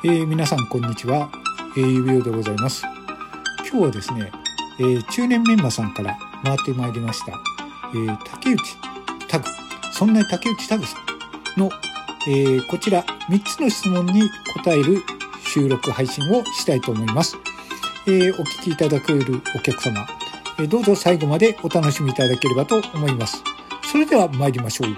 皆さんこんにちは、指輪でございます。今日はですね、中年メンバーさんから回ってまいりました、竹内タグ、そんな竹内タグさんの、こちら3つの質問に答える収録配信をしたいと思います。お聞きいただけるお客様、どうぞ最後までお楽しみいただければと思います。それでは参りましょう。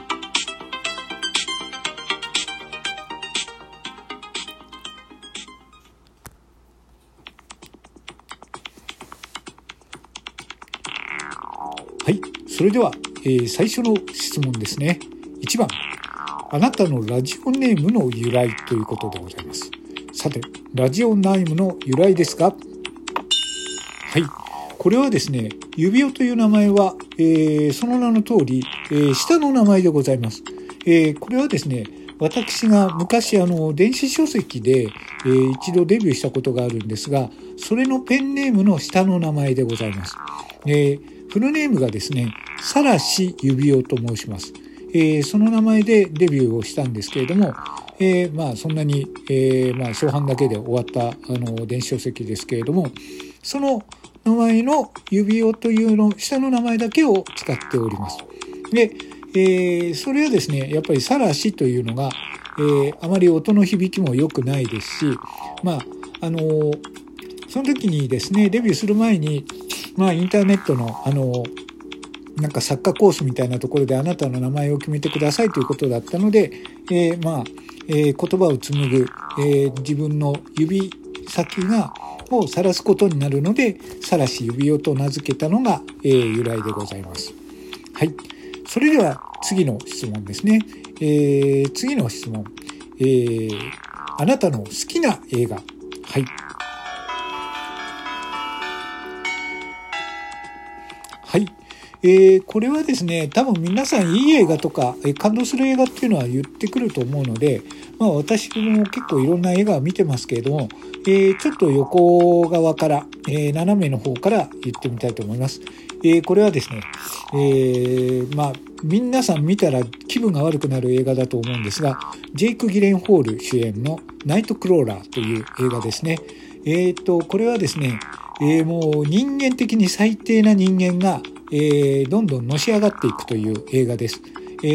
はい、それでは、最初の質問ですね。1番、あなたのラジオネームの由来ということでございます。さて、ラジオネームの由来ですが、はい、これはですね、指輪という名前は、その名の通り、下の名前でございます。これはですね、私が昔電子書籍で、一度デビューしたことがあるんですが、それのペンネームの下の名前でございます。フルネームがですね、さらし指輪と申します。その名前でデビューをしたんですけれども、そんなに、初版だけで終わった電子書籍ですけれども、その名前の指輪というの下の名前だけを使っております。で、それはですね、やっぱりさらしというのが、あまり音の響きも良くないですし、その時にですね、デビューする前に、インターネットのなんか作家コースみたいなところであなたの名前を決めてくださいということだったので、言葉を紡ぐ、自分の指先を晒すことになるので、さらし指輪と名付けたのが、由来でございます。はい。それでは次の質問ですね。次の質問。あなたの好きな映画。はい。はい。これはですね、多分皆さんいい映画とか、感動する映画っていうのは言ってくると思うので、私も結構いろんな映画を見てますけれども、ちょっと横側から、斜めの方から言ってみたいと思います。これはですね、皆さん見たら気分が悪くなる映画だと思うんですが、ジェイク・ギレンホール主演のナイトクローラーという映画ですね。これはですね、もう人間的に最低な人間が、どんどんのし上がっていくという映画です。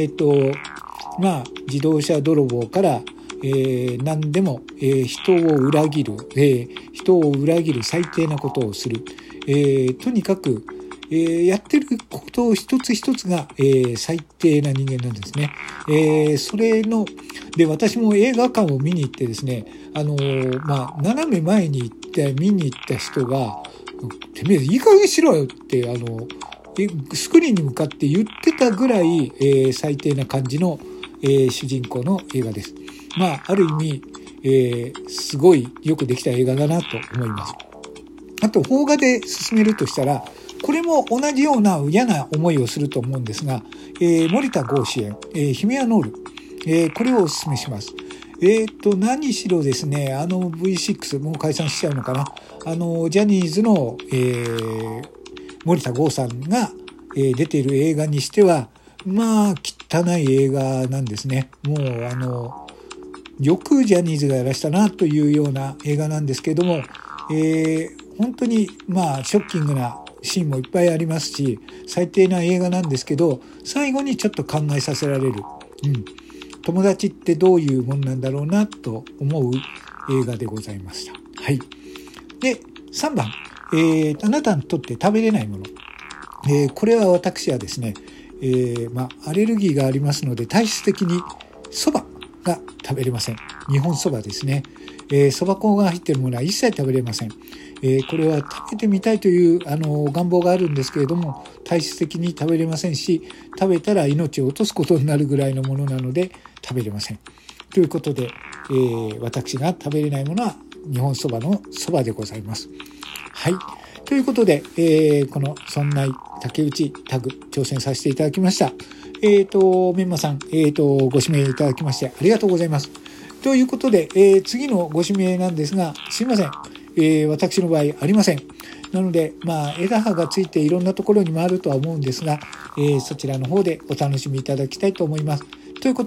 自動車泥棒から、何でも、人を裏切る最低なことをする。とにかく、やってることを一つ一つが、最低な人間なんですね。それの、で、私も映画館を見に行ってですね、斜め前に行って見に行った人が、てめえいい加減しろよって、スクリーンに向かって言ってたぐらい、最低な感じの、主人公の映画です。ある意味、すごいよくできた映画だなと思います。あと、邦画で進めるとしたら、これも同じような嫌な思いをすると思うんですが、森田剛主演、ヒメアノール、これをお勧めします。何しろですね、V6、もう解散しちゃうのかな、ジャニーズの、森田剛さんが、出ている映画にしては、汚い映画なんですね。もう、よくジャニーズがやらしたなというような映画なんですけれども、本当に、ショッキングなシーンもいっぱいありますし、最低な映画なんですけど、最後にちょっと考えさせられる。友達ってどういうもんなんだろうなと思う映画でございました。はい。で、3番、あなたにとって食べれないもの。これは私はですね、アレルギーがありますので、体質的に蕎麦が食べれません。日本蕎麦ですね。蕎麦粉が入っているものは一切食べれません。これは食べてみたいという願望があるんですけれども、体質的に食べれませんし、食べたら命を落とすことになるぐらいのものなので食べれません。ということで、私が食べれないものは日本蕎麦の蕎麦でございます。はい。ということで、このそんな竹内タグ挑戦させていただきました。メンマさん、ご指名いただきましてありがとうございます。ということで、次のご指名なんですが、すいません。私の場合ありません。なので、枝葉がついていろんなところに回るとは思うんですが、そちらの方でお楽しみいただきたいと思います。ということで、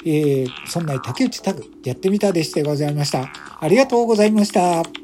そんな竹内タグやってみたでしてございました。ありがとうございました。